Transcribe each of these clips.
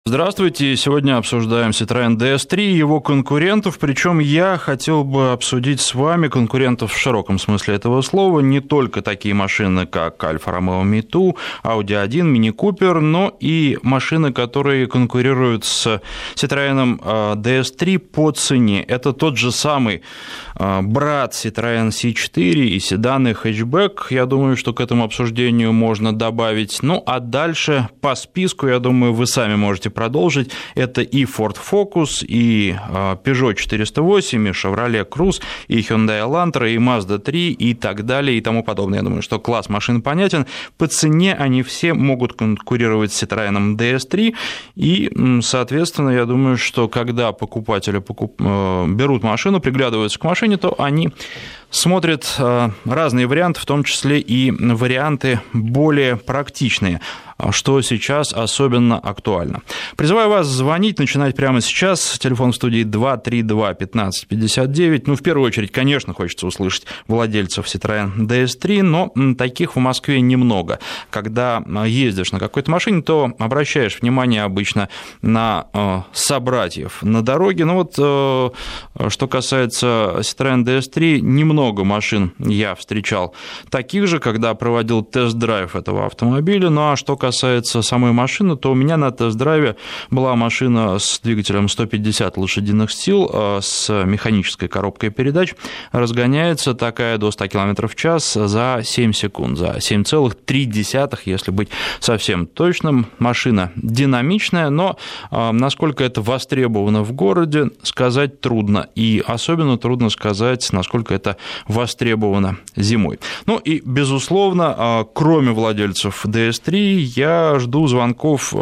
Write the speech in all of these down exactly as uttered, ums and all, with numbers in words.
Здравствуйте, сегодня обсуждаем Citroёn ди эс три и его конкурентов, причем я хотел бы обсудить с вами конкурентов в широком смысле этого слова, не только такие машины, как Альфа Ромео Миту, Ауди один, Мини Купер, но и машины, которые конкурируют с Citroёn ди эс три по цене. Это тот же самый брат Citroёn си четыре и седаны хэтчбэк, я думаю, что к этому обсуждению можно добавить. Ну, а дальше по списку, я думаю, вы сами можете продолжить. Это и Ford Focus, и Peugeot четыреста восемь, и Chevrolet Cruze, и Hyundai Elantra, и Mazda три, и так далее, и тому подобное. Я думаю, что класс машин понятен. По цене они все могут конкурировать с Citroёn ди эс три, и, соответственно, я думаю, что когда покупатели покуп... берут машину, приглядываются к машине, то они смотрят разные варианты, в том числе и варианты более практичные, что сейчас особенно актуально. Призываю вас звонить, начинать прямо сейчас. Телефон в студии два три два пятнадцать пятьдесят девять. Ну, в первую очередь, конечно, хочется услышать владельцев Citroёn ди эс три, но таких в Москве немного. Когда ездишь на какой-то машине, то обращаешь внимание обычно на собратьев на дороге. Ну вот, что касается Citroёn ди эс три, немного машин я встречал таких же, когда проводил тест-драйв этого автомобиля. Ну, а что касается касается самой машины, то у меня на тест-драйве была машина с двигателем сто пятьдесят лошадиных сил, с механической коробкой передач. Разгоняется такая до ста километров в час за семь секунд, за семь целых три десятых, если быть совсем точным. Машина динамичная, но насколько это востребовано в городе, сказать трудно. И особенно трудно сказать, насколько это востребовано зимой. Ну и, безусловно, кроме владельцев ди эс три, я жду звонков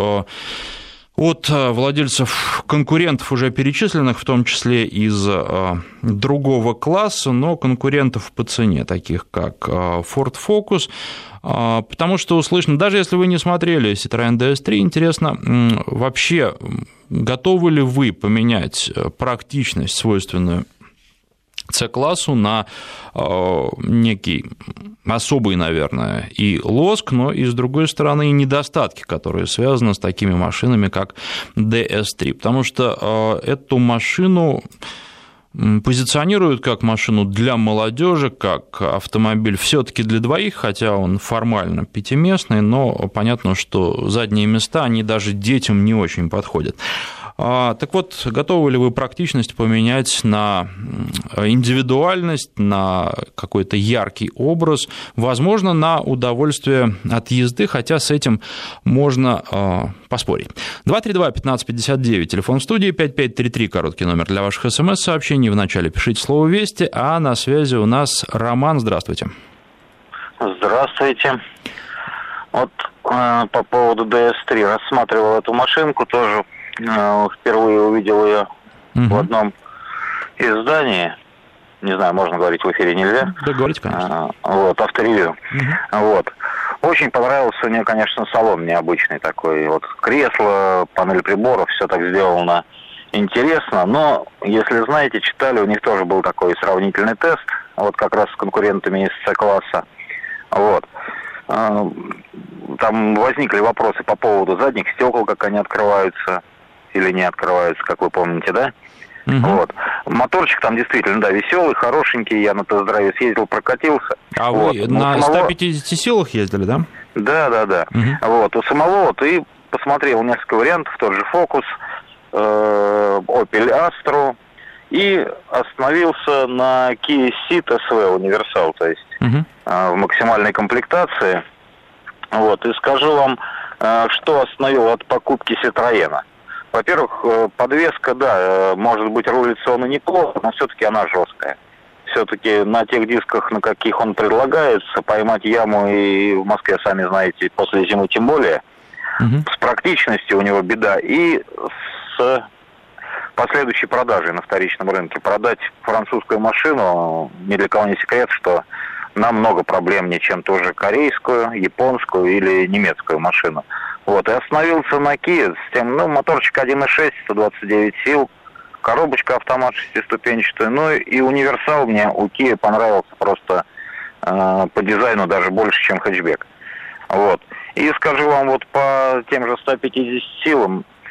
от владельцев конкурентов, уже перечисленных, в том числе из другого класса, но конкурентов по цене, таких как Ford Focus, потому что услышно, даже если вы не смотрели Citroёn ди эс три, интересно, вообще готовы ли вы поменять практичность, свойственную С-классу, на некий особый, наверное, и лоск, но и, с другой стороны, и недостатки, которые связаны с такими машинами, как ди эс три, потому что эту машину позиционируют как машину для молодежи, как автомобиль все-таки для двоих, хотя он формально пятиместный, но понятно, что задние места, они даже детям не очень подходят. Так вот, готовы ли вы практичность поменять на индивидуальность, на какой-то яркий образ, возможно, на удовольствие от езды, хотя с этим можно поспорить. два три два пятнадцать пятьдесят девять, телефон в студии, пять пять три три, короткий номер для ваших смс-сообщений. Вначале пишите слово «Вести», а на связи у нас Роман. Здравствуйте. Здравствуйте. Вот э, по поводу ди эс три рассматривал эту машинку тоже. Впервые увидел ее uh-huh. в одном издании. Не знаю, можно говорить в эфире, нельзя. Да, говорите, конечно. Вот, авторевью. Uh-huh. Вот. Очень понравился мне, конечно, салон необычный такой. Вот кресло, панель приборов, все так сделано интересно. Но, если знаете, читали, у них тоже был такой сравнительный тест, вот как раз с конкурентами из С-класса. Вот. Там возникли вопросы по поводу задних стекол, как они открываются или не открываются, как вы помните, да? Угу. Вот. Моторчик там действительно, да, веселый, хорошенький. Я на тест-драйве съездил, прокатился. А вот. вы на самого... ста пятидесяти силах ездили, да? Да, да, да. Угу. Вот. У самого вот и посмотрел несколько вариантов, тот же Focus, э, Opel Astra, и остановился на Kia Ceed эс ви универсал, то есть угу. э, в максимальной комплектации. Вот. И скажу вам, э, что остановило от покупки Citroёна. Во-первых, подвеска, да, может быть, рулится он и неплохо, но все-таки она жесткая. Все-таки на тех дисках, на каких он предлагается, поймать яму, и в Москве, сами знаете, после зимы тем более, угу. с практичностью у него беда. И с последующей продажей на вторичном рынке. Продать французскую машину, ни для кого не секрет, что намного проблемнее, чем ту же корейскую, японскую или немецкую машину. Вот, и остановился на Kia с тем, ну, моторчик один и шесть, сто двадцать девять сил, коробочка автомат шестиступенчатая, ну, и универсал мне у Kia понравился просто э, по дизайну даже больше, чем хэтчбэк. Вот. И скажу вам, вот по тем же ста пятидесяти силам,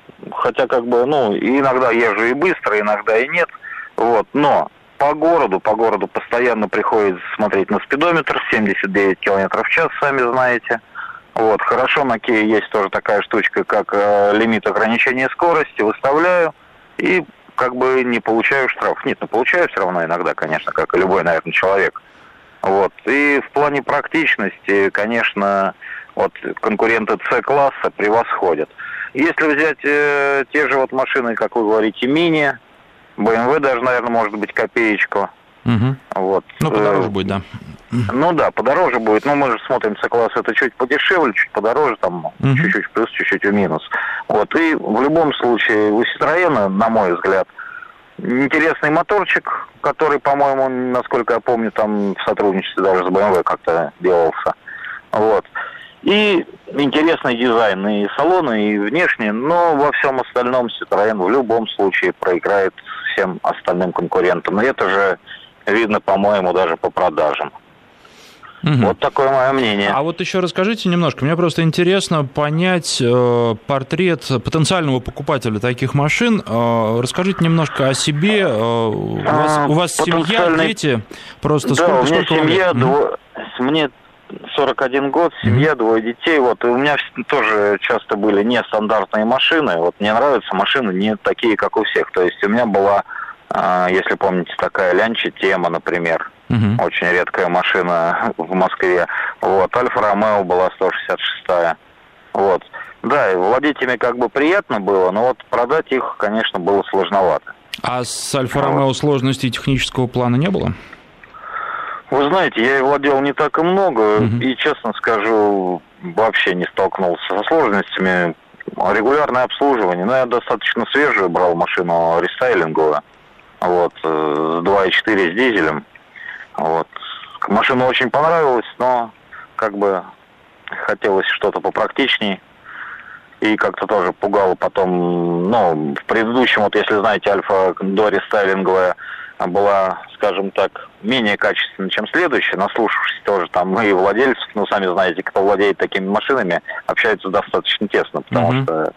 хотя как бы, ну, иногда езжу и быстро, иногда и нет, вот, но по городу, по городу постоянно приходится смотреть на спидометр, семьдесят девять километров в час, сами знаете. Вот, хорошо, на Kia есть тоже такая штучка, как э, лимит ограничения скорости, выставляю и как бы не получаю штраф. Нет, ну получаю все равно иногда, конечно, как и любой, наверное, человек. Вот, и в плане практичности, конечно, вот конкуренты С-класса превосходят. Если взять э, те же вот машины, как вы говорите, мини, бэ эм вэ даже, наверное, может быть копеечку. Угу. Вот. Ну, подороже будет, да. Ну да, подороже будет. Но мы же смотрим С-класс, это чуть подешевле, чуть подороже, там угу. чуть-чуть в плюс, чуть-чуть в минус. Вот. И в любом случае у Citroёn, на мой взгляд, интересный моторчик, который, по-моему, насколько я помню, там в сотрудничестве даже с бэ эм вэ как-то делался. Вот. И интересный дизайн и салона, и внешне, но во всем остальном Citroёn в любом случае проиграет всем остальным конкурентам. И это же видно, по-моему, даже по продажам. Угу. Вот такое мое мнение. А вот еще расскажите немножко. Мне просто интересно понять э, портрет потенциального покупателя таких машин. Э, расскажите немножко о себе. Э, у вас, у вас семья, дети? Просто да, сколько, у меня сколько семья, вам... дво... мне сорок один год, семья, mm-hmm. двое детей. Вот и у меня тоже часто были нестандартные машины. Вот мне нравятся машины не такие, как у всех. То есть у меня была, э, если помните, такая Лянча Тема, например. Uh-huh. Очень редкая машина в Москве. Вот. Альфа-Ромео была сто шестьдесят шестая. Вот. Да, и владеть ими как бы приятно было, но вот продать их, конечно, было сложновато. А с Альфа-Ромео вот. Сложностей технического плана не было? Вы знаете, я и владел не так и много, uh-huh. и, честно скажу, вообще не столкнулся со сложностями. Регулярное обслуживание. Но я достаточно свежую брал машину рестайлинговую. Вот. С два и четыре с дизелем. Вот. Машина очень понравилась, но как бы хотелось что-то попрактичнее. И как-то тоже пугало потом, ну, в предыдущем, вот если знаете, Альфа до рестайлинговая была, скажем так, менее качественной, чем следующая, наслушавшись тоже там и владельцев, ну, сами знаете, кто владеет такими машинами, общаются достаточно тесно, потому mm-hmm. что,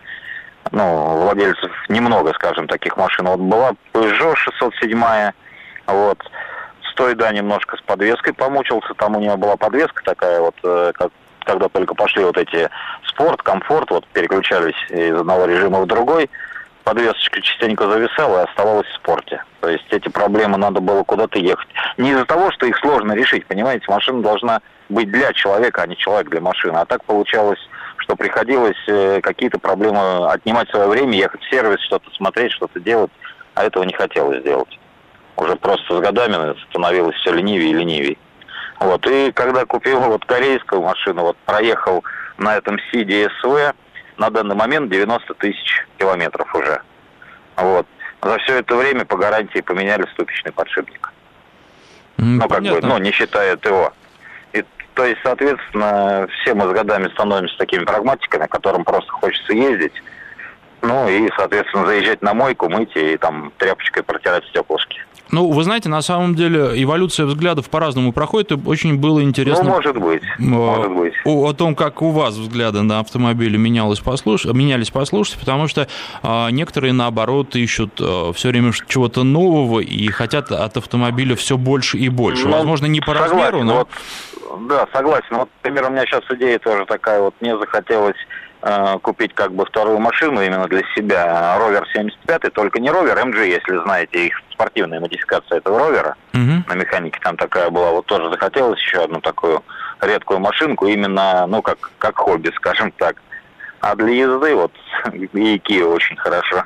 ну, владельцев немного, скажем, таких машин. Вот была Peugeot шестьсот семь, вот, Той, да, немножко с подвеской помучился, там у него была подвеска такая вот, как, когда только пошли вот эти спорт, комфорт, вот переключались из одного режима в другой, подвесочка частенько зависала и оставалась в спорте. То есть эти проблемы надо было куда-то ехать. Не из-за того, что их сложно решить, понимаете, машина должна быть для человека, а не человек для машины. А так получалось, что приходилось какие-то проблемы отнимать свое время, ехать в сервис, что-то смотреть, что-то делать, а этого не хотелось делать. Уже просто с годами становилось все ленивее и ленивее. Вот. И когда купил вот корейскую машину, вот проехал на этом Сиде эс вэ, на данный момент девяносто тысяч километров уже. Вот. За все это время по гарантии поменяли ступичный подшипник. Mm, ну, как понятно. бы, ну, не считая ТО. И, то есть, соответственно, все мы с годами становимся такими прагматиками, которым просто хочется ездить. Ну, и, соответственно, заезжать на мойку, мыть и там тряпочкой протирать стеклышки. Ну, вы знаете, на самом деле эволюция взглядов по-разному проходит, и очень было интересно... Ну, может быть, может быть. О, о том, как у вас взгляды на автомобили менялось послуш... менялись послушать, потому что а, некоторые, наоборот, ищут а, все время чего-то нового и хотят от автомобиля все больше и больше. Ну, возможно, не по согласен, размеру, но... Вот, да, согласен. Вот, например, у меня сейчас идея тоже такая, вот мне захотелось купить как бы вторую машину именно для себя, ровер семьдесят пять, только не ровер, эм джи, если знаете, их спортивная модификация этого ровера, uh-huh. на механике там такая была, вот тоже захотелось еще одну такую редкую машинку, именно, ну, как, как хобби, скажем так. А для езды вот и Kia очень хорошо.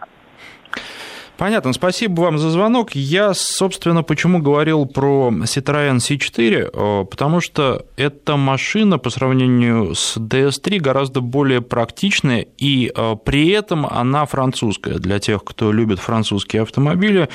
Понятно, спасибо вам за звонок. Я, собственно, почему говорил про Citroёn си четыре, потому что эта машина по сравнению с ди эс три гораздо более практичная, и при этом она французская. Для тех, кто любит французские автомобили,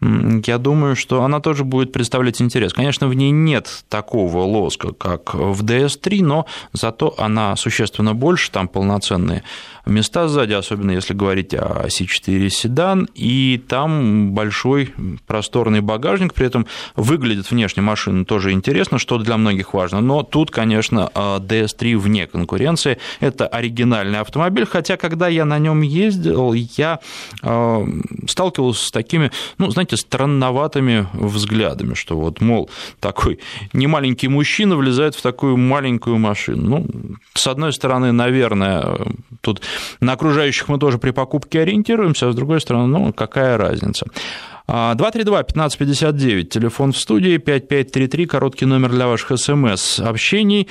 я думаю, что она тоже будет представлять интерес. Конечно, в ней нет такого лоска, как в ди эс три, но зато она существенно больше, там полноценные места сзади, особенно если говорить о си четыре седан, и и там большой просторный багажник, при этом выглядит внешне машина тоже интересно, что для многих важно, но тут, конечно, ди эс три вне конкуренции, это оригинальный автомобиль, хотя, когда я на нем ездил, я сталкивался с такими, ну, знаете, странноватыми взглядами, что вот, мол, такой немаленький мужчина влезает в такую маленькую машину. Ну, с одной стороны, наверное, тут на окружающих мы тоже при покупке ориентируемся, а с другой стороны, ну, какая разница. два три два пятнадцать пятьдесят девять, телефон в студии, пять пять три три, короткий номер для ваших смс-сообщений.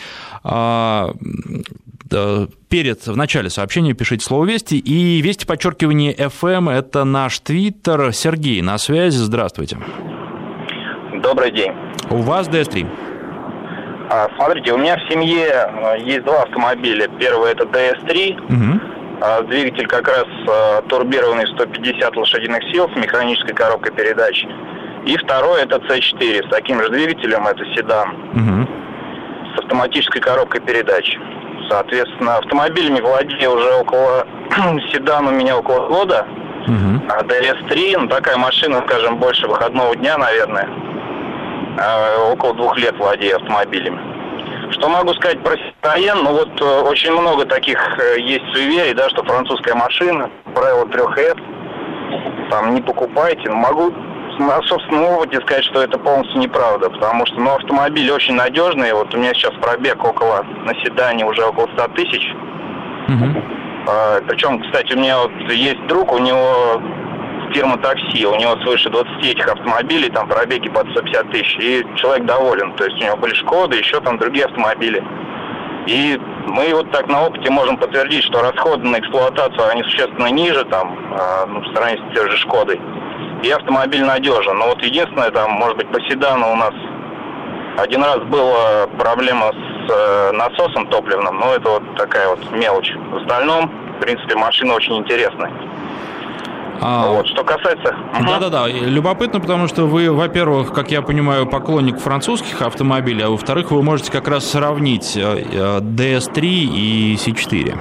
Перед, в начале сообщения пишите слово «Вести», и «Вести» подчеркивание эф эм – это наш твиттер. Сергей на связи, здравствуйте. Добрый день. У вас ди эс три. А, смотрите, у меня в семье есть два автомобиля. Первый – это ди эс три, угу. Двигатель как раз турбированный, сто пятьдесят лошадиных сил с механической коробкой передач. И второй – это си четыре с таким же двигателем, это седан, угу. с автоматической коробкой передач. Соответственно, автомобилями владею уже около, седан у меня около года, uh-huh. а ди эс три, ну такая машина, скажем, больше выходного дня, наверное, а, около двух лет владею автомобилями. Что могу сказать про Citroёn? Ну вот очень много таких есть суеверий, да, что французская машина, правило трех эт, там не покупайте, но могу на собственном опыте сказать, что это полностью неправда, потому что, ну, автомобили очень надежные. Вот у меня сейчас пробег около, на седане уже около ста тысяч. Uh-huh. А, причем, кстати, у меня вот есть друг, у него фирма такси, у него свыше двадцати этих автомобилей, там пробеги под сто пятьдесят тысяч, и человек доволен. То есть у него были Шкоды, еще там другие автомобили. И мы вот так на опыте можем подтвердить, что расходы на эксплуатацию, они существенно ниже, там, ну, в сравнении с той же Шкодой. И автомобиль надежен. Но вот единственное, там, может быть, по седану у нас один раз была проблема с э, насосом топливным, но это вот такая вот мелочь. В остальном, в принципе, машина очень интересная. А... Вот, что касается... Да-да-да, любопытно, потому что вы, во-первых, как я понимаю, поклонник французских автомобилей, а во-вторых, вы можете как раз сравнить ди эс три и си четыре.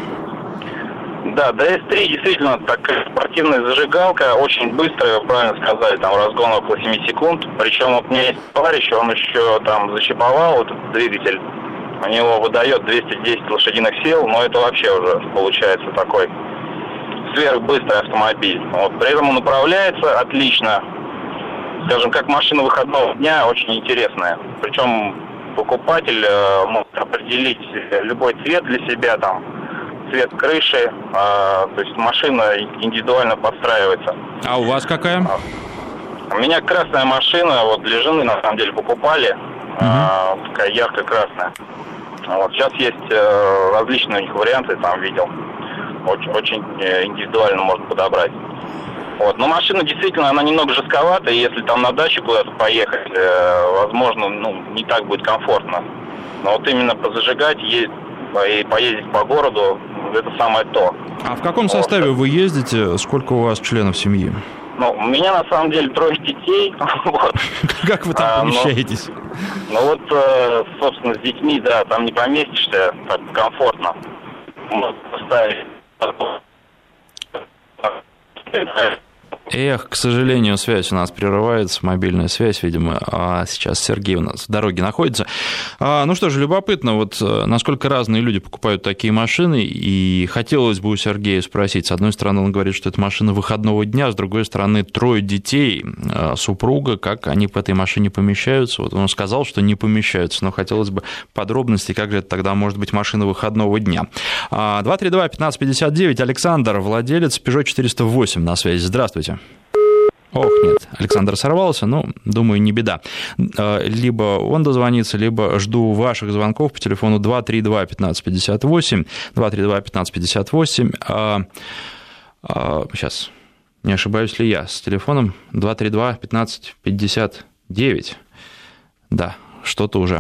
Да, ди эс три действительно такая спортивная зажигалка, очень быстрая, вы правильно сказали, там разгон около семи секунд. Причем вот у меня есть товарищ, он еще там зачиповал этот двигатель, у него выдает двести десять лошадиных сил, но это вообще уже получается такой сверхбыстрый автомобиль. Вот, при этом он управляется отлично, скажем, как машина выходного дня, очень интересная. Причем покупатель э, может определить любой цвет для себя, там, цвет крыши, э, то есть машина индивидуально подстраивается. А у вас какая? У меня красная машина, вот для жены на самом деле покупали, угу. э, такая ярко-красная. Вот, сейчас есть э, различные у них варианты, там видел. Очень, очень индивидуально можно подобрать. Вот. Но машина действительно, она немного жестковата, и если там на дачу куда-то поехать, э, возможно, ну, не так будет комфортно. Но вот именно позажигать и поездить по городу, это самое то. А в каком составе вот. Вы ездите? Сколько у вас членов семьи? Ну, у меня на самом деле трое детей. Вот. Как вы там а, помещаетесь? Ну, ну вот, э, собственно, с детьми, да, там не поместишься, так комфортно. Можно поставить. Эх, к сожалению, связь у нас прерывается, мобильная связь, видимо, а сейчас Сергей у нас в дороге находится. Ну что же, любопытно, вот насколько разные люди покупают такие машины, и хотелось бы у Сергея спросить, с одной стороны, он говорит, что это машина выходного дня, с другой стороны, трое детей, супруга, как они по этой машине помещаются, вот он сказал, что не помещаются, но хотелось бы подробностей, как же это тогда может быть машина выходного дня. два три два пятнадцать пятьдесят девять, Александр, владелец Peugeot четыреста восемь на связи, здравствуйте. Ох, нет, Александр сорвался, но, думаю, не беда. Либо он дозвонится, либо жду ваших звонков по телефону два три два пятнадцать пятьдесят восемь, два три два пятнадцать пятьдесят восемь. Сейчас, не ошибаюсь ли я с телефоном два три два пятнадцать пятьдесят девять. Да, что-то уже.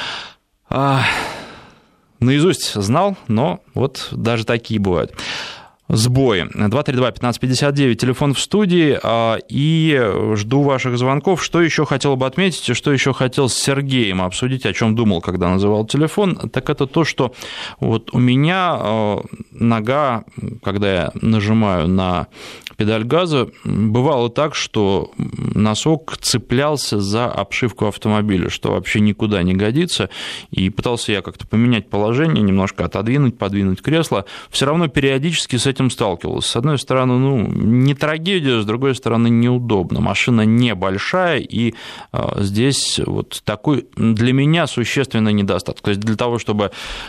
Наизусть знал, но вот даже такие бывают. Сбои. два три два пятнадцать пятьдесят девять, телефон в студии, и жду ваших звонков. Что еще хотел бы отметить, и что еще хотел с Сергеем обсудить, о чем думал, когда называл телефон, так это то, что вот у меня нога, когда я нажимаю на педаль газа. Бывало так, что носок цеплялся за обшивку автомобиля, что вообще никуда не годится, и пытался я как-то поменять положение, немножко отодвинуть, подвинуть кресло, все равно периодически с этим сталкивался. С одной стороны, ну, не трагедия, с другой стороны, неудобно. Машина небольшая, и здесь вот такой для меня существенный недостаток. То есть для того, чтобы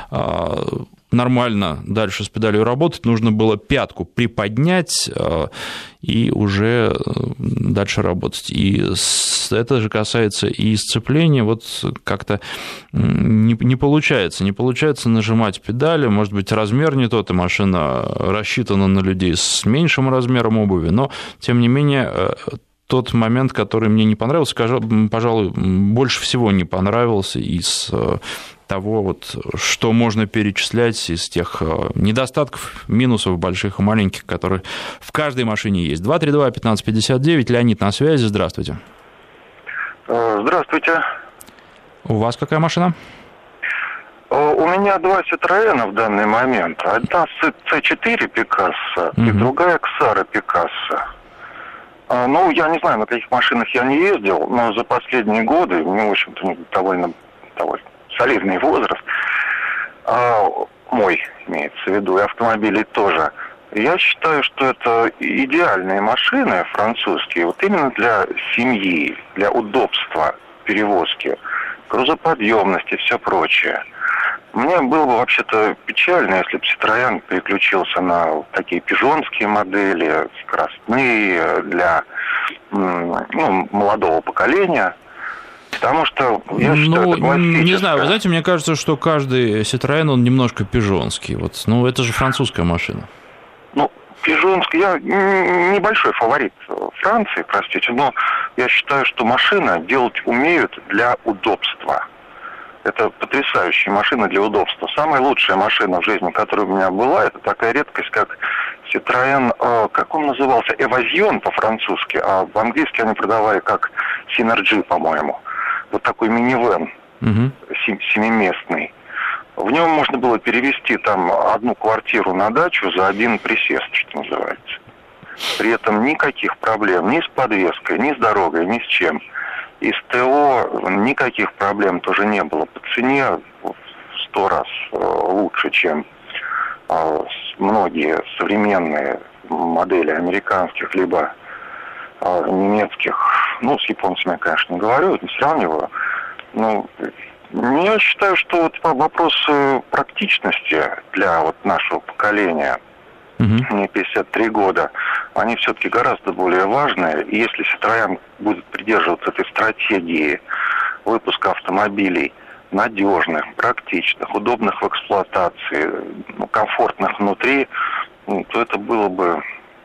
нормально дальше с педалью работать, нужно было пятку приподнять и уже дальше работать. И это же касается и сцепления. Вот как-то не, не получается. Не получается нажимать педали. Может быть, размер не тот, и машина рассчитана на людей с меньшим размером обуви. Но, тем не менее, тот момент, который мне не понравился, пожалуй, больше всего не понравился из того, вот, что можно перечислять из тех недостатков, минусов больших и маленьких, которые в каждой машине есть. два три два пятнадцать пятьдесят девять, Леонид на связи, здравствуйте. Здравствуйте. У вас какая машина? У меня два Citroёна в данный момент. Одна си четыре Picasso и угу. другая Xara Picasso. Ну, я не знаю, на каких машинах я не ездил, но за последние годы, мне, в общем-то, довольно, довольно солидный возраст, а, мой имеется в виду, и автомобилей тоже. Я считаю, что это идеальные машины французские, вот именно для семьи, для удобства перевозки, грузоподъемности и все прочее. Мне было бы вообще-то печально, если бы Citroёn переключился на такие пижонские модели, скоростные, для ну, молодого поколения. Потому что я считаю, ну, это классическое. Не знаю, вы знаете, мне кажется, что каждый Citroёn, он немножко пижонский. Вот, ну, это же французская машина. Ну, пижонский, я небольшой фаворит Франции, простите, но я считаю, что машина делать умеют для удобства. Это потрясающая машина для удобства. Самая лучшая машина в жизни, которая у меня была, это такая редкость, как Citroёn, э, как он назывался, Evasion по-французски, а в-английски они продавали как Synergy, по-моему. Вот такой минивэн, угу. семиместный. В нем можно было перевести там одну квартиру на дачу за один присест, что называется. При этом никаких проблем ни с подвеской, ни с дорогой, ни с чем. И с ТО никаких проблем тоже не было. По цене в сто раз лучше, чем многие современные модели американских, либо немецких. Ну, с японцами я, конечно, не говорю, не сравниваю. Но я считаю, что вот вопрос практичности для вот нашего поколения, Uh-huh. мне пятьдесят три года, они все-таки гораздо более важные. И если Citroёn будет придерживаться этой стратегии выпуска автомобилей надежных, практичных, удобных в эксплуатации, ну, комфортных внутри, ну, то это было бы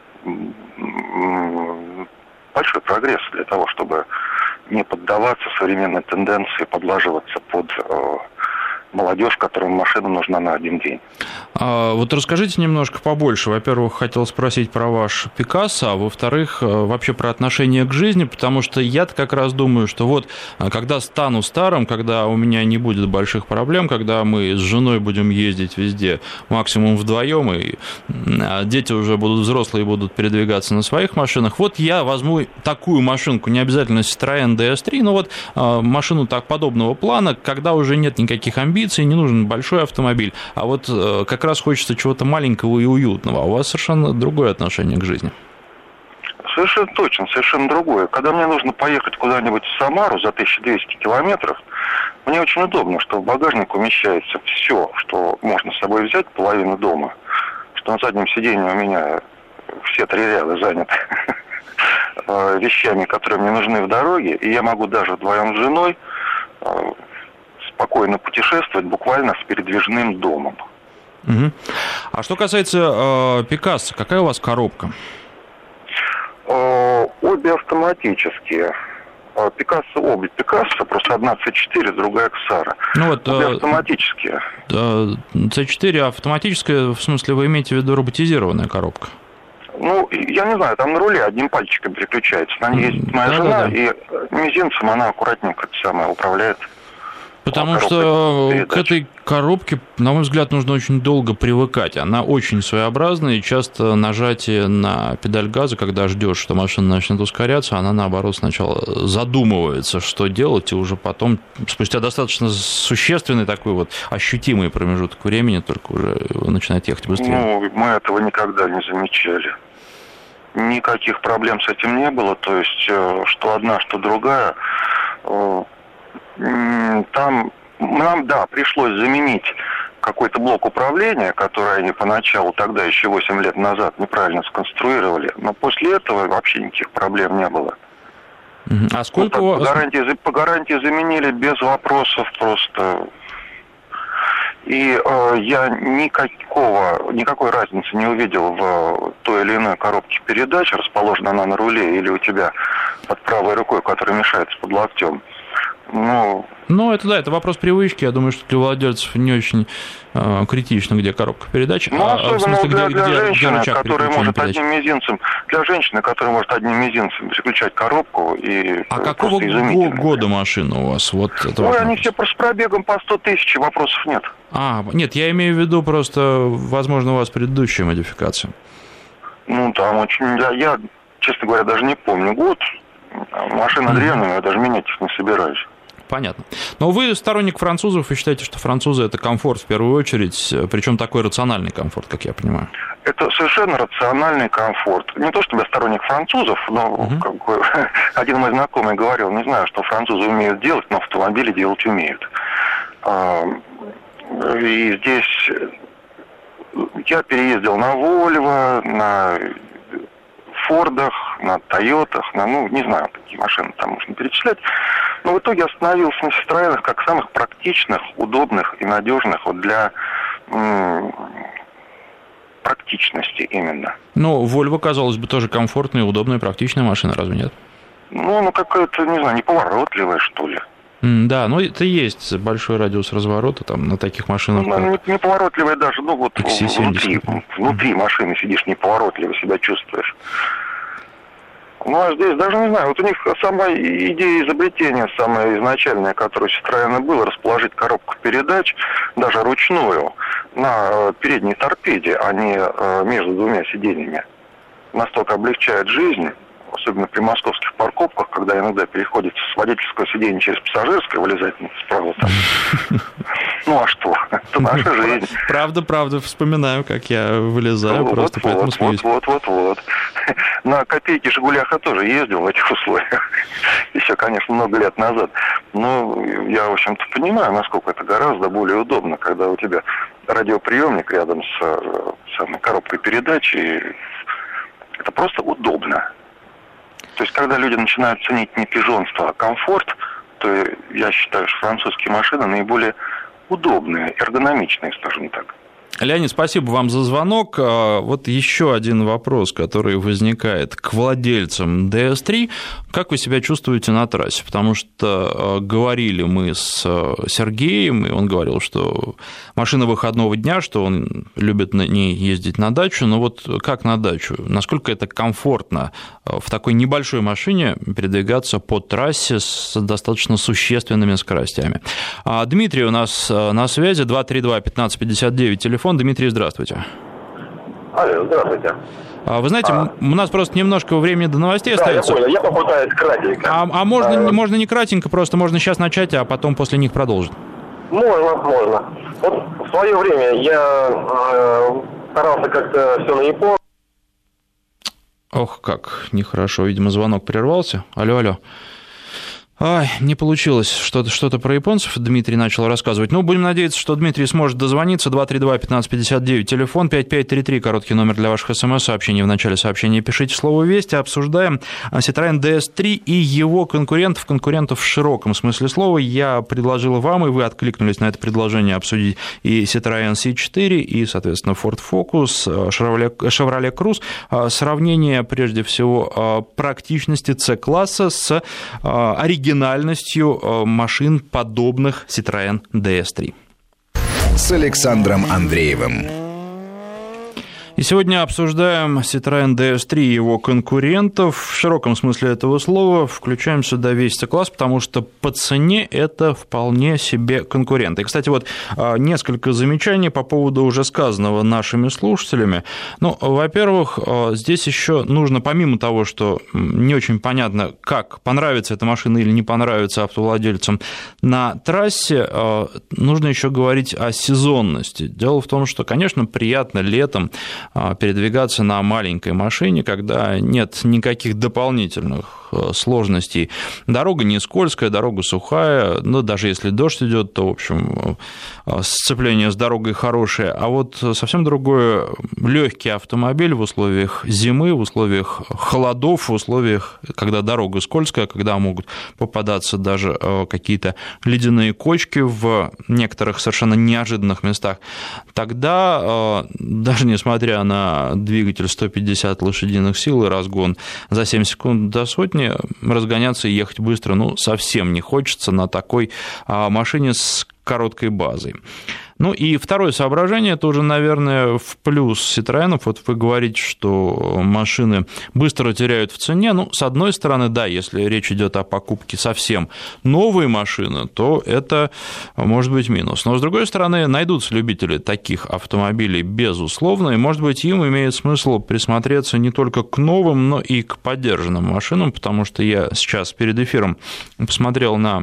большой прогресс для того, чтобы не поддаваться современной тенденции, подлаживаться под э, молодежь, которым машина нужна на один день. А вот расскажите немножко побольше. Во-первых, хотел спросить про ваш Picasso, а во-вторых, вообще про отношение к жизни, потому что я-то как раз думаю, что вот когда стану старым, когда у меня не будет больших проблем, когда мы с женой будем ездить везде максимум вдвоем, и дети уже будут взрослые и будут передвигаться на своих машинах, вот я возьму такую машинку, не обязательно Citroёn ди эс три, но вот машину так подобного плана, когда уже нет никаких амбиций, не нужен большой автомобиль, а вот как раз хочется чего-то маленького и уютного, а у вас совершенно другое отношение к жизни. Совершенно точно, совершенно другое. Когда мне нужно поехать куда-нибудь в Самару за тысячу двести километров, мне очень удобно, что в багажник умещается все, что можно с собой взять, половину дома, что на заднем сиденье у меня все три ряда заняты вещами, которые мне нужны в дороге, и я могу даже вдвоем с женой спокойно путешествовать буквально с передвижным домом. Угу. А что касается э, Picasso, какая у вас коробка? Э, обе автоматические. Picasso, обе Picasso, просто одна си четыре, другая Xara. Ну вот, обе э, автоматические. Э, си четыре автоматическая, в смысле, вы имеете в виду роботизированная коробка? Ну, я не знаю, там на руле одним пальчиком переключается. На ней ездит моя да, жена, да, да. и мизинцем она аккуратненько это самое управляет. Потому что передач. К этой коробке, на мой взгляд, нужно очень долго привыкать. Она очень своеобразная, и часто нажатие на педаль газа, когда ждешь, что машина начнет ускоряться, она, наоборот, сначала задумывается, что делать, и уже потом, спустя достаточно существенный такой вот ощутимый промежуток времени, только уже начинает ехать быстрее. Ну, мы этого никогда не замечали. Никаких проблем с этим не было, то есть, что одна, что другая. Там нам, да, пришлось заменить какой-то блок управления, который они поначалу, тогда еще восемь лет назад, неправильно сконструировали, но после этого вообще никаких проблем не было. А сколько ну, у вас... по гарантии, по гарантии заменили без вопросов просто. И э, я никакого, никакой разницы не увидел в той или иной коробке передач, расположена она на руле или у тебя под правой рукой, которая мешается под локтем. Ну, ну, это да, это вопрос привычки. Я думаю, что для владельцев не очень э, критично, где коробка передач. Ну, а, особенно в смысле, для, где, для где, женщины, где которая может передач. одним мизинцем, для женщины, которая может одним мизинцем переключать коробку и. А какого го- года машина у вас? Вот это Ой, они все с пробегом по сто тысяч, вопросов нет. А, нет, я имею в виду просто, возможно, у вас предыдущая модификация. Ну, там очень, я, я, честно говоря, даже не помню год. Машина древняя, я даже менять их не собираюсь. Понятно. Но вы сторонник французов и считаете, что французы – это комфорт в первую очередь, причем такой рациональный комфорт, как я понимаю. Это совершенно рациональный комфорт. Не то, чтобы я сторонник французов, но uh-huh. как бы, один мой знакомый говорил, не знаю, что французы умеют делать, но автомобили делать умеют. И здесь я переездил на Volvo, на Фордах, на Тойотах, на, ну, не знаю, какие машины там можно перечислять. Но в итоге остановился на Citroёnах как самых практичных, удобных и надежных вот для м- практичности именно. Ну, Volvo, казалось бы, тоже комфортная, удобная, практичная машина, разве нет? Ну, ну какая-то, не знаю, неповоротливая, что ли. Mm, да, ну это есть большой радиус разворота там на таких машинах. Ну, как... неповоротливая даже, ну вот внутри, внутри машины сидишь неповоротливо, себя чувствуешь. Ну, а здесь даже не знаю, вот у них самая идея изобретения, самая изначальная, которая у Citroёn была, расположить коробку передач, даже ручную, на передней торпеде, а не между двумя сиденьями. Настолько облегчает жизнь, особенно при московских парковках, когда иногда переходится с водительского сиденья через пассажирское, вылезать справа там. Ну, а что? Это наша жизнь. Правда, правда, вспоминаю, как я вылезаю, вот, просто вот, поэтому вот, смеюсь. Вот, вот, вот, вот. На копейке «Жигуляха» тоже ездил в этих условиях. Еще, конечно, много лет назад. Но я, в общем-то, понимаю, насколько это гораздо более удобно, когда у тебя радиоприемник рядом с самой коробкой передач, и это просто удобно. То есть, когда люди начинают ценить не пижонство, а комфорт, то я считаю, что французские машины наиболее удобные, эргономичные, скажем так. Леонид, спасибо вам за звонок. Вот еще один вопрос, который возникает к владельцам ди эс три. Как вы себя чувствуете на трассе? Потому что говорили мы с Сергеем, и он говорил, что машина выходного дня, что он любит на ней ездить на дачу, но вот как на дачу? Насколько это комфортно в такой небольшой машине передвигаться по трассе с достаточно существенными скоростями? Дмитрий у нас на связи, два три два пятнадцать пятьдесят девять, телефон. Дмитрий, здравствуйте. Алло, здравствуйте. Вы знаете, а... у нас просто немножко времени до новостей да, остается. Да, я понял, я попытаюсь кратенько. А, а можно, а... можно не кратенько, просто можно сейчас начать, а потом после них продолжить. Можно, можно. Вот в свое время я э, старался как-то все на японском. Ох, как нехорошо, видимо, звонок прервался. Алло, алло. Ай, не получилось. Что-то, что-то про японцев Дмитрий начал рассказывать. Ну, будем надеяться, что Дмитрий сможет дозвониться. два три два пятнадцать пятьдесят девять, телефон пять пять три три, короткий номер для ваших смс-сообщений. В начале сообщения пишите слово «Вести». Обсуждаем Citroёn ди эс три и его конкурентов, конкурентов в широком смысле слова. Я предложил вам, и вы откликнулись на это предложение, обсудить и Citroёn си четыре, и, соответственно, Ford Focus, Chevrolet Cruze. Сравнение, прежде всего, практичности C-класса с оригинальностью оригинальностью машин, подобных Citroёn ди эс три. С Александром Андреевым. И сегодня обсуждаем Citroën ди эс три и его конкурентов. В широком смысле этого слова включаем сюда весь C-класс, потому что по цене это вполне себе конкуренты. И, кстати, вот несколько замечаний по поводу уже сказанного нашими слушателями. Ну, во-первых, здесь еще нужно, помимо того, что не очень понятно, как понравится эта машина или не понравится автовладельцам на трассе, нужно еще говорить о сезонности. Дело в том, что, конечно, приятно летом передвигаться на маленькой машине, когда нет никаких дополнительных сложностей. Дорога не скользкая, дорога сухая, но даже если дождь идет, то, в общем, сцепление с дорогой хорошее. А вот совсем другой легкий автомобиль в условиях зимы, в условиях холодов, в условиях, когда дорога скользкая, когда могут попадаться даже какие-то ледяные кочки в некоторых совершенно неожиданных местах. Тогда, даже несмотря на двигатель сто пятьдесят лошадиных сил и разгон за семь секунд до сотни, разгоняться и ехать быстро, ну, совсем не хочется на такой машине с короткой базой. Ну и второе соображение, тоже, наверное, в плюс Citroёnов. Вот вы говорите, что машины быстро теряют в цене. Ну, с одной стороны, да, если речь идет о покупке совсем новой машины, то это может быть минус. Но, с другой стороны, найдутся любители таких автомобилей, безусловно, и, может быть, им имеет смысл присмотреться не только к новым, но и к подержанным машинам, потому что я сейчас перед эфиром посмотрел на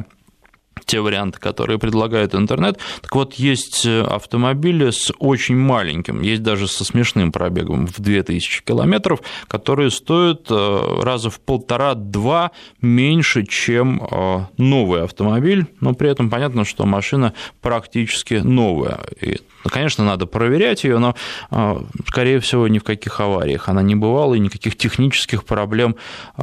те варианты, которые предлагает интернет. Так вот, есть автомобили с очень маленьким, есть даже со смешным пробегом в две тысячи километров, которые стоят раза в полтора-два меньше, чем новый автомобиль, но при этом понятно, что машина практически новая. И, конечно, надо проверять ее, но, скорее всего, ни в каких авариях она не бывала, и никаких технических проблем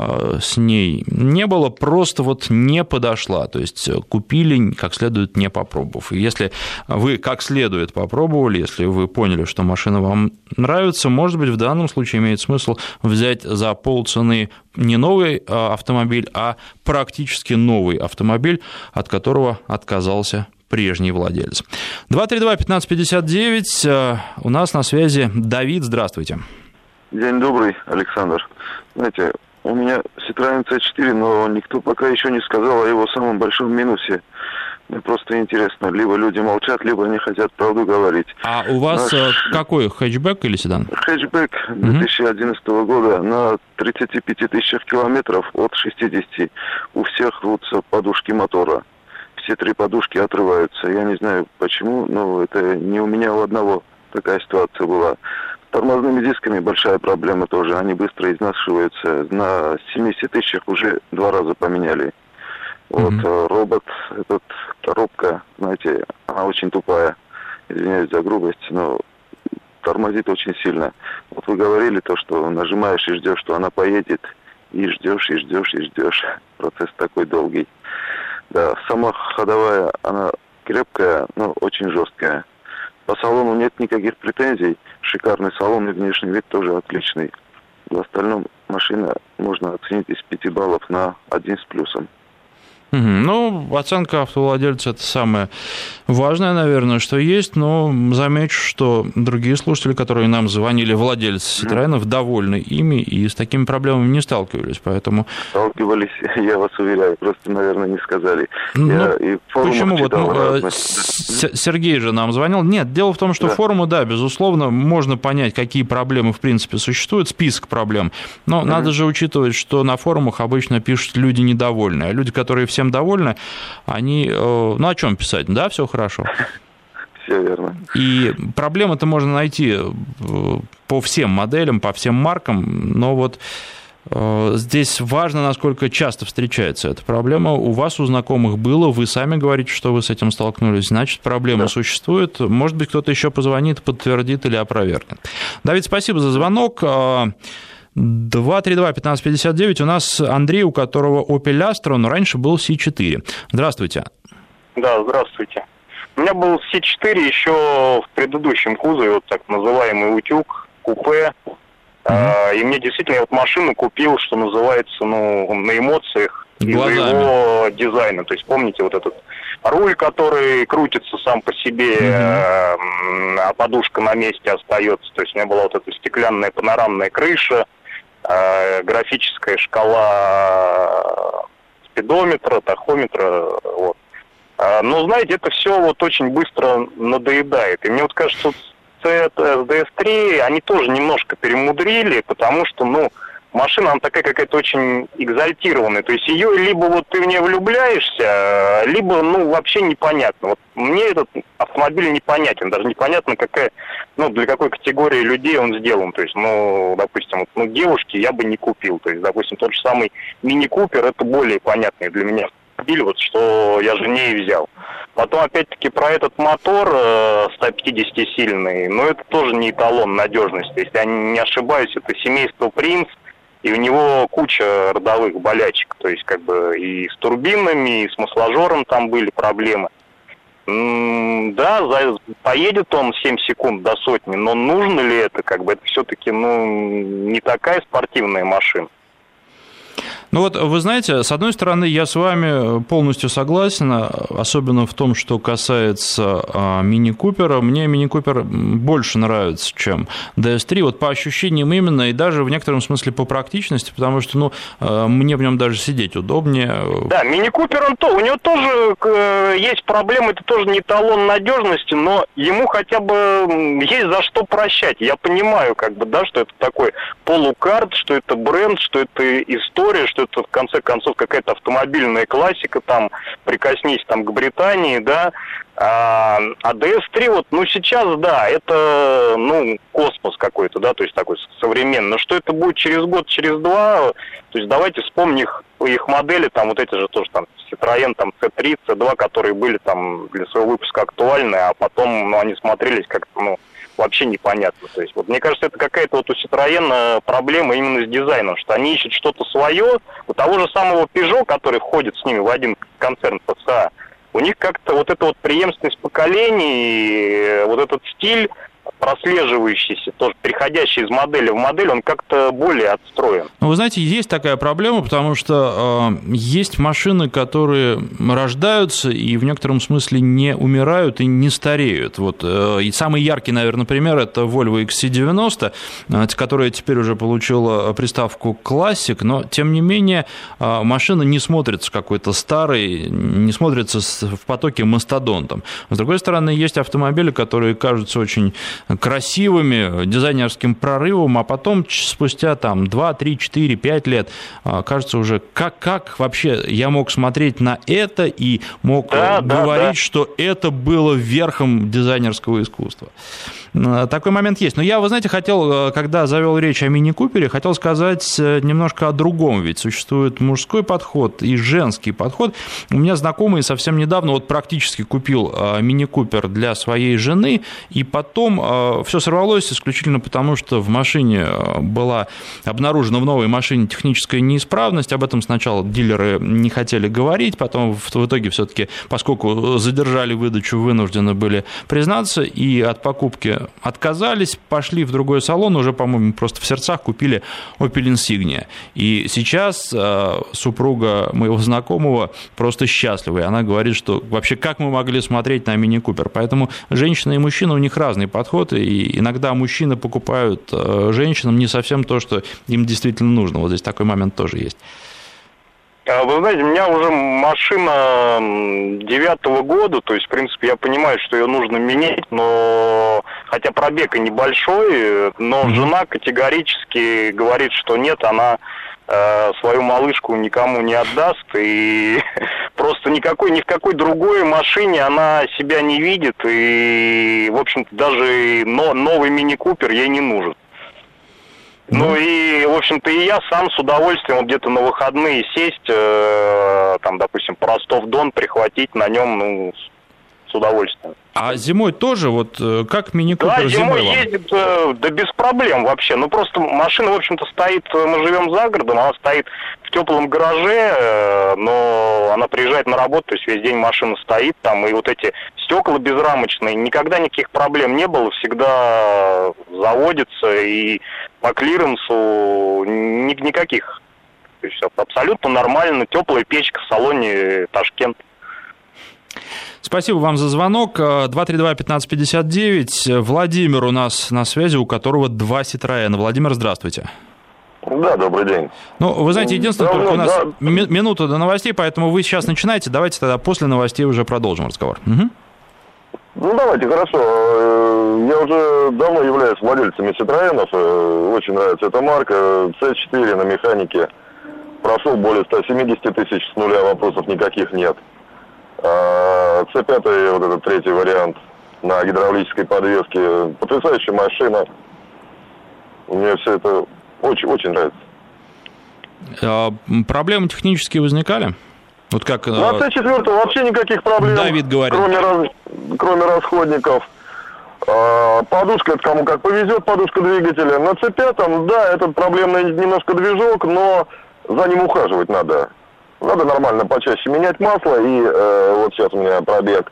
с ней не было, просто вот не подошла, то есть купили как следует, не попробовав. И если вы как следует попробовали, если вы поняли, что машина вам нравится, может быть, в данном случае имеет смысл взять за полцены не новый автомобиль, а практически новый автомобиль, от которого отказался прежний владелец. два три два пятнадцать пятьдесят девять. У нас на связи Давид. Здравствуйте. День добрый, Александр. Знаете, у меня Citroёn си четыре, но никто пока еще не сказал о его самом большом минусе. Мне просто интересно, либо люди молчат, либо не хотят правду говорить. А у вас Наш... какой, хэтчбэк или седан? Хэтчбэк две тысячи одиннадцатого года на тридцати пяти тысячах километров от шестидесяти. У всех рвутся подушки мотора. Все три подушки отрываются. Я не знаю почему, но это не у меня у одного такая ситуация была. С тормозными дисками большая проблема тоже. Они быстро изнашиваются. На семидесяти тысячах уже два раза поменяли. Вот mm-hmm. робот, этот, коробка, знаете, она очень тупая. Извиняюсь за грубость, но тормозит очень сильно. Вот вы говорили то, что нажимаешь и ждешь, что она поедет. И ждешь, и ждешь, и ждешь. Процесс такой долгий. Да, сама ходовая, она крепкая, но очень жесткая. По салону нет никаких претензий. Шикарный салон и внешний вид тоже отличный. В остальном машина можно оценить из пяти баллов на один с плюсом. Ну, оценка автовладельца – это самое важное, наверное, что есть, но замечу, что другие слушатели, которые нам звонили, владельцы Citroёnов, довольны ими и с такими проблемами не сталкивались, поэтому… Сталкивались, я вас уверяю, просто, наверное, не сказали. Ну, я и почему? Вот, ну, разных... Сергей же нам звонил. Нет, дело в том, что да. форумы, да, безусловно, можно понять, какие проблемы, в принципе, существуют, список проблем, но mm-hmm. надо же учитывать, что на форумах обычно пишут люди недовольные, а люди, которые всем довольны, они, ну, о чем писать? Да, все хорошо. Все верно. И проблемы-то можно найти по всем моделям, по всем маркам, но вот здесь важно, насколько часто встречается эта проблема. У вас, у знакомых было, вы сами говорите, что вы с этим столкнулись, значит, проблема да. существует. Может быть, кто-то еще позвонит, подтвердит или опровергнет. Давид, спасибо за звонок. два три два пятнадцать пятьдесят девять. У нас Андрей, у которого Opel Astra, но раньше был си четыре. Здравствуйте. Да, здравствуйте. У меня был си четыре еще в предыдущем кузове, вот так называемый утюг, купе. Uh-huh. И мне действительно, я вот машину купил, что называется, ну, на эмоциях из-за его дизайна. То есть, помните, вот этот руль, который крутится сам по себе, uh-huh. а подушка на месте остается. То есть, у меня была вот эта стеклянная панорамная крыша, графическая шкала спидометра, тахометра, вот. Но, знаете, это все вот очень быстро надоедает. И мне вот кажется, вот эс ди эс три, они тоже немножко перемудрили, потому что, ну, машина, она такая какая-то очень экзальтированная. То есть ее либо вот ты в нее влюбляешься, либо, ну, вообще непонятно. Вот мне этот автомобиль непонятен. Даже непонятно, какая, ну, для какой категории людей он сделан. То есть, ну, допустим, вот, ну, девушки я бы не купил. То есть, допустим, тот же самый Мини Купер, это более понятный для меня автомобиль, вот, что я жене и взял. Потом, опять-таки, про этот мотор э, сто пятидесятисильный, но это тоже не эталон надежности. Если я не ошибаюсь, это семейство Принц, и у него куча родовых болячек. То есть, как бы, и с турбинами, и с масложором там были проблемы. М-м, да, за, поедет он семь секунд до сотни, но нужно ли это, как бы, это все-таки, ну, не такая спортивная машина. Ну вот, вы знаете, с одной стороны, я с вами полностью согласен, особенно в том, что касается а, Мини Купера. Мне Мини Купер больше нравится, чем ди эс три, вот по ощущениям именно, и даже в некотором смысле по практичности, потому что, ну, мне в нем даже сидеть удобнее. Да, Мини Купер, он то, у него тоже э, есть проблемы, это тоже не эталон надежности, но ему хотя бы есть за что прощать. Я понимаю, как бы, да, что это такой полукарт, что это бренд, что это история, что это в конце концов какая-то автомобильная классика, там, прикоснись там к Британии, да, а, а ди эс три вот, ну, сейчас, да, это, ну, космос какой-то, да, то есть такой современный, но что это будет через год, через два, то есть давайте вспомним их, их модели, там, вот эти же тоже, там, Citroёn, там, си три, си два, которые были, там, для своего выпуска актуальны, а потом, ну, они смотрелись как-то, ну, вообще непонятно. То есть, вот, мне кажется, это какая-то вот у Citroёn проблема именно с дизайном, что они ищут что-то свое. У того же самого Peugeot, который входит с ними в один концерн пэ эс а, у них как-то вот эта вот преемственность поколений, вот этот стиль прослеживающийся, тоже переходящий из модели в модель, он как-то более отстроен. Ну, вы знаете, есть такая проблема, потому что э, есть машины, которые рождаются и в некотором смысле не умирают и не стареют. Вот, э, и самый яркий, наверное, пример – это Volvo икс си девяносто, э, которая теперь уже получила приставку Classic, но, тем не менее, э, машина не смотрится какой-то старой, не смотрится в потоке мастодонтом. С другой стороны, есть автомобили, которые кажутся очень красивыми, дизайнерским прорывом, а потом спустя там два, три, четыре, пять лет кажется уже, как, как вообще я мог смотреть на это и мог да, говорить, да, да. что это было верхом дизайнерского искусства. Такой момент есть. Но я, вы знаете, хотел, когда завел речь о Мини Купере, хотел сказать немножко о другом. Ведь существует мужской подход и женский подход. У меня знакомый совсем недавно вот практически купил Мини Купер для своей жены, и потом все сорвалось исключительно потому, что в машине была обнаружена в новой машине техническая неисправность. Об этом сначала дилеры не хотели говорить, потом в итоге все-таки, поскольку задержали выдачу, вынуждены были признаться, и от покупки отказались, пошли в другой салон, уже, по-моему, просто в сердцах купили Opel Insignia. И сейчас э, супруга моего знакомого просто счастлива, и она говорит, что вообще как мы могли смотреть на Мини Купер. Поэтому женщина и мужчина, у них разный подход, и иногда мужчины покупают э, женщинам не совсем то, что им действительно нужно. Вот здесь такой момент тоже есть. Вы знаете, у меня уже машина девятого года, то есть, в принципе, я понимаю, что ее нужно менять, но, хотя пробег и небольшой, но mm-hmm. жена категорически говорит, что нет, она э, свою малышку никому не отдаст, и просто никакой, ни в какой другой машине она себя не видит, и, в общем-то, даже но, новый Мини Купер ей не нужен. Ну и, в общем-то, и я сам с удовольствием вот где-то на выходные сесть, э, там, допустим, по Ростов-Дон, прихватить на нем, ну, с удовольствием. А зимой тоже, вот как мини-купер да, зимой? зимой ездит, э, да без проблем вообще. Ну, просто машина, в общем-то, стоит, мы живем за городом, она стоит в теплом гараже, э, но она приезжает на работу, то есть весь день машина стоит там, и вот эти стекла безрамочные, никогда никаких проблем не было, всегда заводится, и по клиренсу ни, никаких. То есть абсолютно нормально, теплая печка в салоне Ташкент. Спасибо вам за звонок. два три два пятнадцать пятьдесят девять. Владимир у нас на связи, у которого два Citroёна. Владимир, здравствуйте. Да, добрый день. Ну, вы знаете, единственное, да, только у нас да. ми- минута до новостей, поэтому вы сейчас начинаете. Давайте тогда после новостей уже продолжим разговор. Угу. Ну, давайте, хорошо. Я уже давно являюсь владельцем Citroёнов. Очень нравится эта марка. си четыре на механике. Прошел более ста семидесяти тысяч с нуля, вопросов никаких нет. си пять, вот этот третий вариант, на гидравлической подвеске. Потрясающая машина. Мне все это очень, очень нравится. А, проблемы технические возникали? Вот как... На си четыре вообще никаких проблем. Давид говорит. Кроме, раз, кроме расходников. А, подушка, это кому как повезет, подушка двигателя. На си пять, да, этот проблемный немножко движок, но за ним ухаживать надо. Надо нормально почаще менять масло, и э, вот сейчас у меня пробег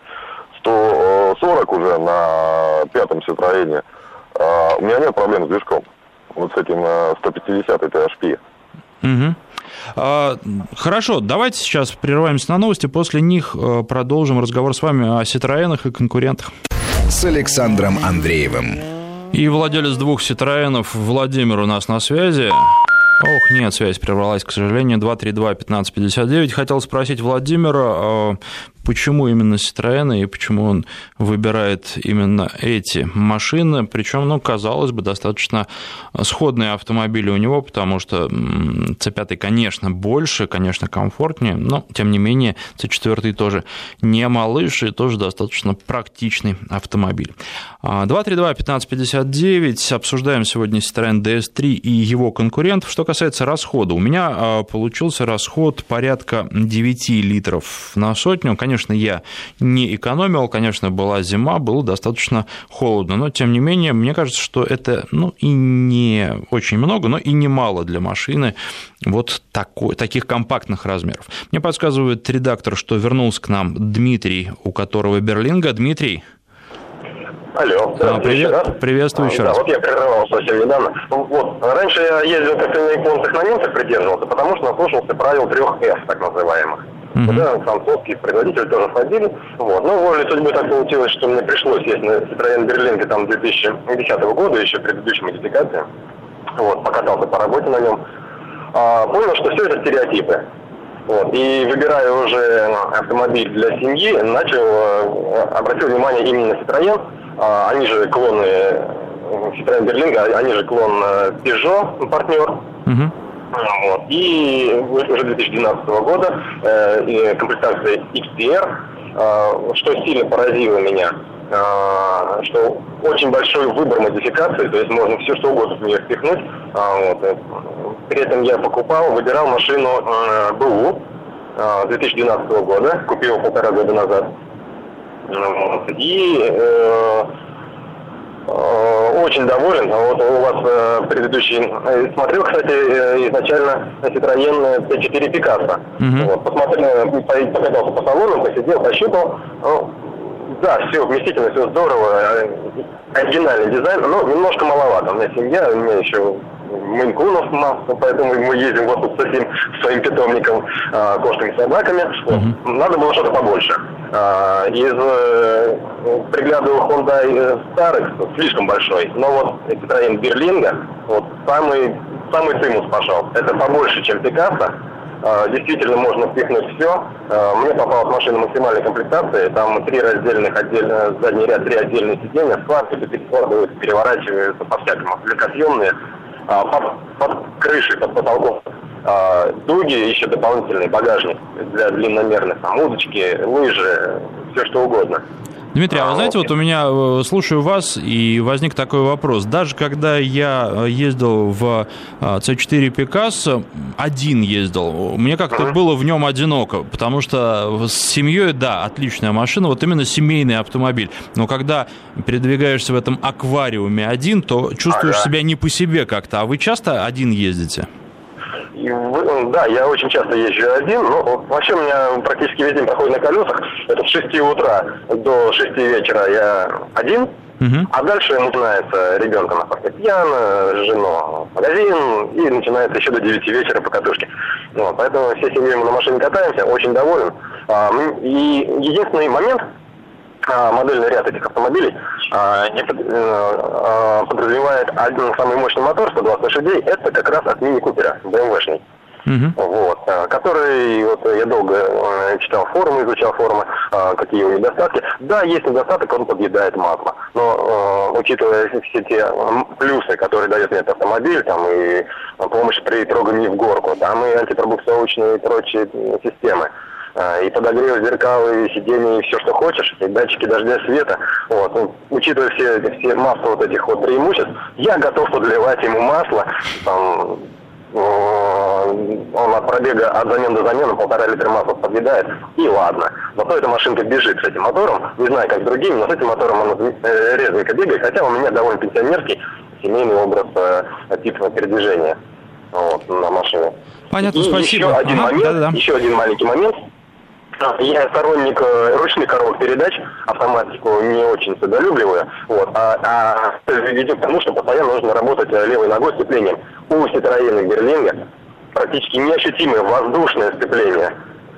сто сорок уже на пятом Citroёне. Э, у меня нет проблем с движком. Вот с этим э, сто пятидесятый ти эйч пи. Угу. А, хорошо, давайте сейчас прерываемся на новости, после них продолжим разговор с вами о Citroёнах и конкурентах. С Александром Андреевым. И владелец двух Citroёнов Владимир у нас на связи. Ох, нет, связь прервалась, к сожалению. два три два пятнадцать пятьдесят девять. Хотел спросить Владимира, почему именно Citroёn и почему он выбирает именно эти машины. Причем, ну, казалось бы, достаточно сходные автомобили у него, потому что си пять, конечно, больше, конечно, комфортнее, но, тем не менее, си четыре тоже не малыш и тоже достаточно практичный автомобиль. два три два пятнадцать пятьдесят девять. Обсуждаем сегодня Citroёn ди эс три и его конкурентов. Что касается расхода, у меня получился расход порядка девять литров на сотню. Конечно, я не экономил, конечно, была зима, было достаточно холодно, но, тем не менее, мне кажется, что это, ну, и не очень много, но и не мало для машины вот такой, таких компактных размеров. Мне подсказывает редактор, что вернулся к нам Дмитрий, у которого Берлинга. Дмитрий. Алло, а, привет, приветствую еще да, раз. Вот я прерывал совсем недавно. Вот, раньше я ездил как-то на японцах, на немцах придерживался, потому что наслушался правил трех эф, так называемых. Uh-huh. Куда французские производители тоже входили. Вот. Но волей судьбы так получилось, что мне пришлось ездить на Citroёn Berlingo там две тысячи десятого года, еще предыдущей модификации. Вот, покатался по работе на нем. А, понял, что все это стереотипы. Вот. И выбирая уже автомобиль для семьи, начал, обратил внимание именно на Citroёn. А, они же клоны Citroёn Berlingo, они же клон Peugeot, партнер. Uh-huh. Вот. И уже две тысячи двенадцатого года э, комплектация икс пи ар, э, что сильно поразило меня, э, что очень большой выбор модификаций, то есть можно все что угодно в нее впихнуть. Э, вот. При этом я покупал, выбирал машину э, БУ э, две тысячи двенадцатого года, купил полтора года назад. Вот. И э, очень доволен. Вот у вас предыдущий смотрел, кстати, изначально Citroёn си четыре Picasso. Uh-huh. Вот, посмотрел, покатался по салону, посидел, пощупал. Ну, да, все вместительно, все здорово, оригинальный дизайн, но немножко маловато. У меня семья, у меня еще мейн-кунов масса, поэтому мы ездим вот тут со всем своим питомником, э, кошками, собаками. Вот. Uh-huh. Надо было что-то побольше. Э, из э, приглядывал Hyundai старых, слишком большой, но вот Citroёn Berlingo, вот самый, самый цимус пошел. Это побольше, чем Picasso. Э, действительно можно впихнуть все. Э, мне попалась машина максимальной комплектации, там три раздельных, отдельно, задний ряд, три отдельные сиденья, складываются, перескладываются, переворачиваются по-всякому, легкосъемные. Под, под крышей, под потолком а, дуги, еще дополнительный багажник для длинномерных, там, удочки, лыжи, все что угодно. Дмитрий, а вы знаете, вот у меня, слушаю вас, и возник такой вопрос. Даже когда я ездил в си четыре Picasso, один ездил, мне как-то uh-huh. было в нем одиноко, потому что с семьей, да, отличная машина, вот именно семейный автомобиль. Но когда передвигаешься в этом аквариуме один, то чувствуешь ага. себя не по себе как-то. А вы часто один ездите? Да, я очень часто езжу один, но вообще у меня практически весь день проходит на колесах. Это с шести утра до шести вечера я один, uh-huh. а дальше начинается ребенка на фортепиано, жену в магазин, и начинается еще до девяти вечера по катушке. Вот, поэтому всей семьей мы на машине катаемся, очень доволен. И единственный момент, модельный ряд этих автомобилей не подразумевает один самый мощный мотор, сто двадцать лошадей, это как раз от мини-купера, бэ эм вэ-шный. Uh-huh. Вот, который, вот, я долго читал форумы, изучал форумы, какие его недостатки. Да, есть недостаток, он подъедает масло. Но, учитывая все те плюсы, которые дает мне этот автомобиль, там и помощь при трогании в горку, там и антипробуксовочные и прочие системы, и подогрев зеркал, и сиденье, и все, что хочешь, и датчики дождя, света. Вот. Ну, учитывая все, все массу вот этих вот преимуществ, я готов подливать ему масло. Там, он от пробега от замены до замены полтора литра масла подъедает, и ладно. Зато эта машинка бежит с этим мотором, не знаю, как с другими, но с этим мотором она резвенько бегает, хотя у меня довольно пенсионерский семейный образ типа передвижения вот, на машине. Понятно, и спасибо. Еще один, ага, момент, да-да-да. еще один маленький момент. Я сторонник ручных коробок передач, автоматику не очень судолюбливаю, вот, а, а это ведет к тому, что постоянно нужно работать левой ногой сцеплением. У Citroёn Berlingo практически неощутимое воздушное сцепление.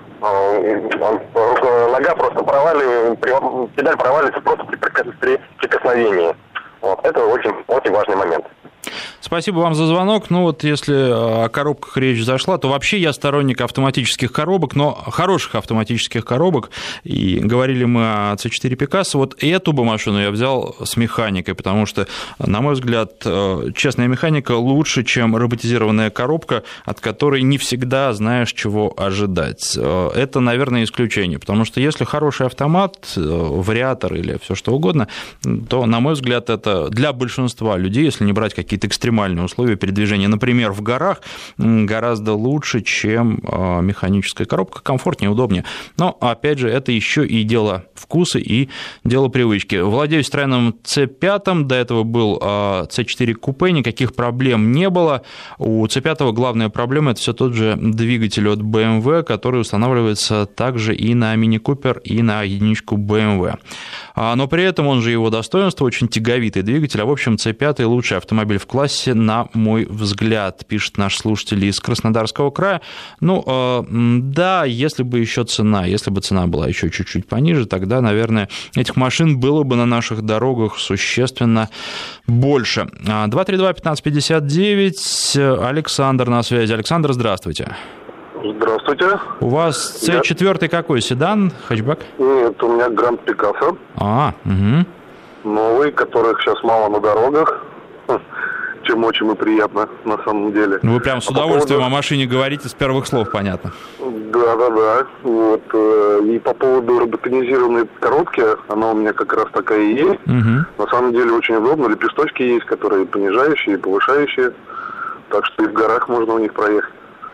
Нога просто проваливается, педаль проваливается просто при прикосновении. Вот, это очень, очень важный момент. Спасибо вам за звонок. Ну вот если о коробках речь зашла, то вообще я сторонник автоматических коробок, но хороших автоматических коробок. И говорили мы о си четыре Picasso. Вот эту бы машину я взял с механикой, потому что, на мой взгляд, честная механика лучше, чем роботизированная коробка, от которой не всегда знаешь, чего ожидать. Это, наверное, исключение, потому что если хороший автомат, вариатор или все что угодно, то, на мой взгляд, это для большинства людей, если не брать какие-то экстремальные условия передвижения, например, в горах, гораздо лучше, чем механическая коробка, комфортнее, удобнее. Но, опять же, это еще и дело вкуса и дело привычки. Владею Citroёn си пять, до этого был си четыре купе, никаких проблем не было. У си пять главная проблема – это все тот же двигатель от бэ эм вэ, который устанавливается также и на Mini Cooper, и на единичку бэ эм вэ. Но при этом он же его достоинство, очень тяговитый двигатель, а в общем си пять лучший автомобиль в классе, на мой взгляд, пишет наш слушатель из Краснодарского края. Ну, да, если бы еще цена, если бы цена была еще чуть-чуть пониже, тогда, наверное, этих машин было бы на наших дорогах существенно больше. два три два пятнадцать пятьдесят девять, Александр на связи. Александр, здравствуйте. Здравствуйте. У вас си четыре какой, седан, хэтчбэк? Нет, у меня Гранд Пикассо. А, угу. Новый, которых сейчас мало на дорогах, чем очень и приятно на самом деле. Вы прям с а удовольствием по поводу... о машине говорите с первых слов, понятно. Да-да-да. Вот. И по поводу роботизированной коробки, она у меня как раз такая и есть. Угу. На самом деле очень удобно. Лепесточки есть, которые понижающие и повышающие. Так что и в горах можно у них проехать.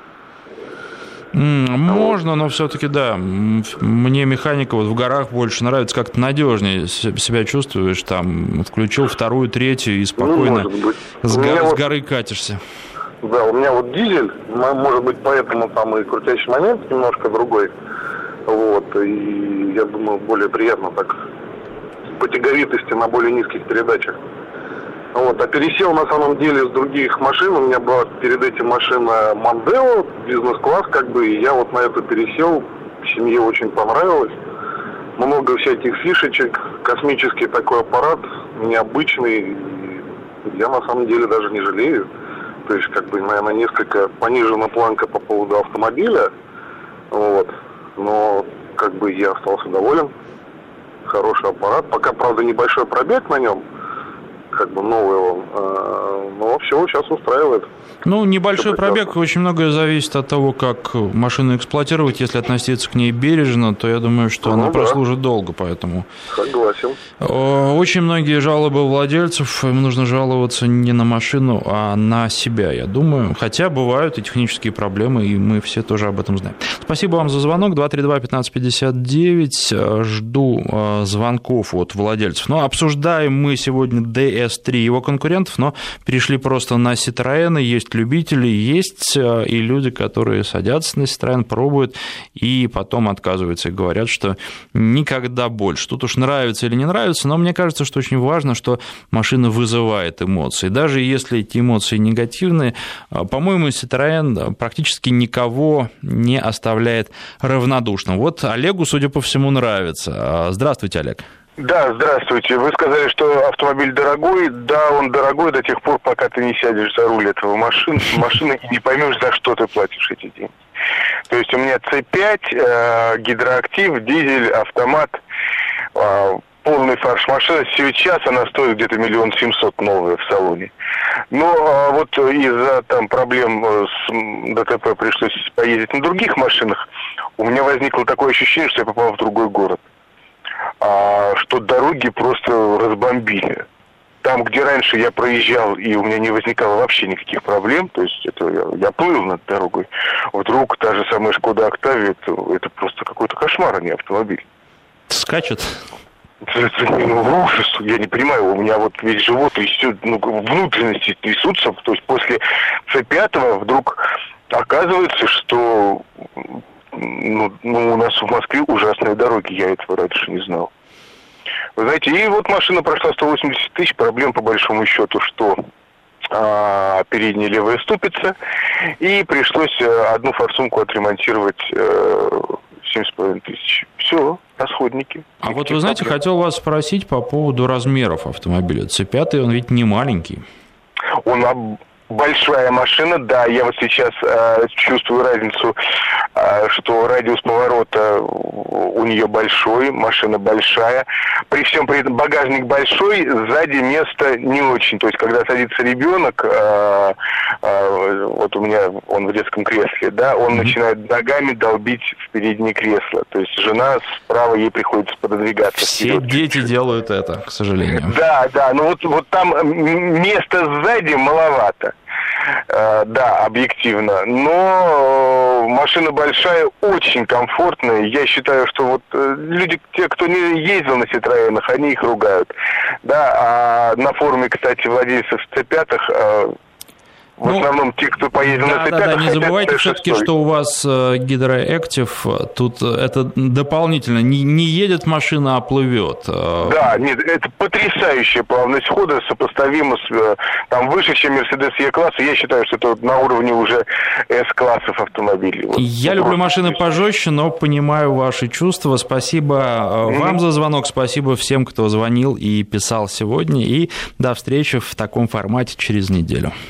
Можно, но все-таки да. Мне механика вот в горах больше нравится, как-то надежнее себя чувствуешь. Там включил вторую, третью и спокойно ну, с, го- с горы вот, катишься. Да, у меня вот дизель, может быть, поэтому там и крутящий момент немножко другой. Вот, и я думаю, более приятно так по тяговитости на более низких передачах. Вот, а пересел на самом деле с других машин. У меня была перед этим машина Mondeo, бизнес-класс, как бы, и я вот на это пересел. Семье очень понравилось. Много всяких фишечек, космический такой аппарат, необычный. Я на самом деле даже не жалею. То есть, как бы, наверное, несколько понижена планка по поводу автомобиля. Вот. Но, как бы, я остался доволен. Хороший аппарат. Пока, правда, небольшой пробег на нем. Как бы новый он. но все сейчас устраивает. Ну, небольшой пробег, очень многое зависит от того, как машину эксплуатировать. Если относиться к ней бережно, то я думаю, что ну, она да. прослужит долго, поэтому... Согласен. Очень многие жалобы владельцев, им нужно жаловаться не на машину, а на себя, я думаю. Хотя бывают и технические проблемы, и мы все тоже об этом знаем. Спасибо вам за звонок. два три два пятнадцать пятьдесят девять. Жду звонков от владельцев. Ну, обсуждаем мы сегодня ди эс три и его конкурентов, но перешли просто на Citroёn. Есть любители, есть и люди, которые садятся на Citroёn, пробуют и потом отказываются и говорят, что никогда больше. Тут уж нравится или не нравится, но мне кажется, что очень важно, что машина вызывает эмоции. Даже если эти эмоции негативные, по-моему, Citroёn практически никого не оставляет равнодушным. Вот Олегу, судя по всему, нравится. Здравствуйте, Олег. Да, здравствуйте. Вы сказали, что автомобиль дорогой. Да, он дорогой до тех пор, пока ты не сядешь за руль этого машины, машины и не поймешь, за что ты платишь эти деньги. То есть у меня цэ пять, э, гидроактив, дизель, автомат, э, полный фарш машина. Сейчас она стоит где-то миллион семьсот новая в салоне. Но э, вот из-за там проблем с ДТП пришлось поездить на других машинах. У меня возникло такое ощущение, что я попал в другой город. А, что дороги просто разбомбили. Там, где раньше я проезжал, и у меня не возникало вообще никаких проблем, то есть это я, я плыл над дорогой, вдруг та же самая Шкода Октавия, это, это просто какой-то кошмар, а не автомобиль. Скачет? Это, это, ну, ужас, я не понимаю, у меня вот весь живот и все, ну, внутренности трясутся, то есть после цэ пять вдруг оказывается, что... Ну, ну, у нас в Москве ужасные дороги, я этого раньше не знал. Вы знаете, и вот машина прошла сто восемьдесят тысяч, проблем по большому счету, что а, передняя левая ступица, и пришлось одну форсунку отремонтировать а, семь с половиной тысяч. Все, расходники. А вот вы знаете, хотел вас спросить по поводу размеров автомобиля. цэ пять, он ведь не маленький. Он большая машина, да, я вот сейчас э, чувствую разницу, э, что радиус поворота у нее большой, машина большая, при всем при этом багажник большой, сзади места не очень, то есть когда садится ребенок, э, э, вот у меня он в детском кресле, да, он mm-hmm. начинает ногами долбить в переднее кресло, то есть жена справа, ей приходится пододвигаться. Все вперед. Дети делают это, к сожалению. Да, да, ну вот, вот там места сзади маловато. Uh, да, объективно, но машина большая, очень комфортная. Я считаю, что вот люди, те, кто не ездил на Citroёнах, они их ругают. Да, а на форуме, кстати, владельцев цэ пять, uh, в ну, основном те, кто поездил да, на цэ пять. Да, да, не забывайте все-таки, что у вас гидроактив, тут это дополнительно, не, не едет машина, а плывет. Да, нет, это потрясающая плавность хода, сопоставима с, там, выше, чем Mercedes E-класса. Я считаю, что это на уровне уже S-классов автомобилей. Вот. Я люблю машины пожестче, но понимаю ваши чувства. Спасибо mm-hmm. вам за звонок, спасибо всем, кто звонил и писал сегодня. И до встречи в таком формате через неделю.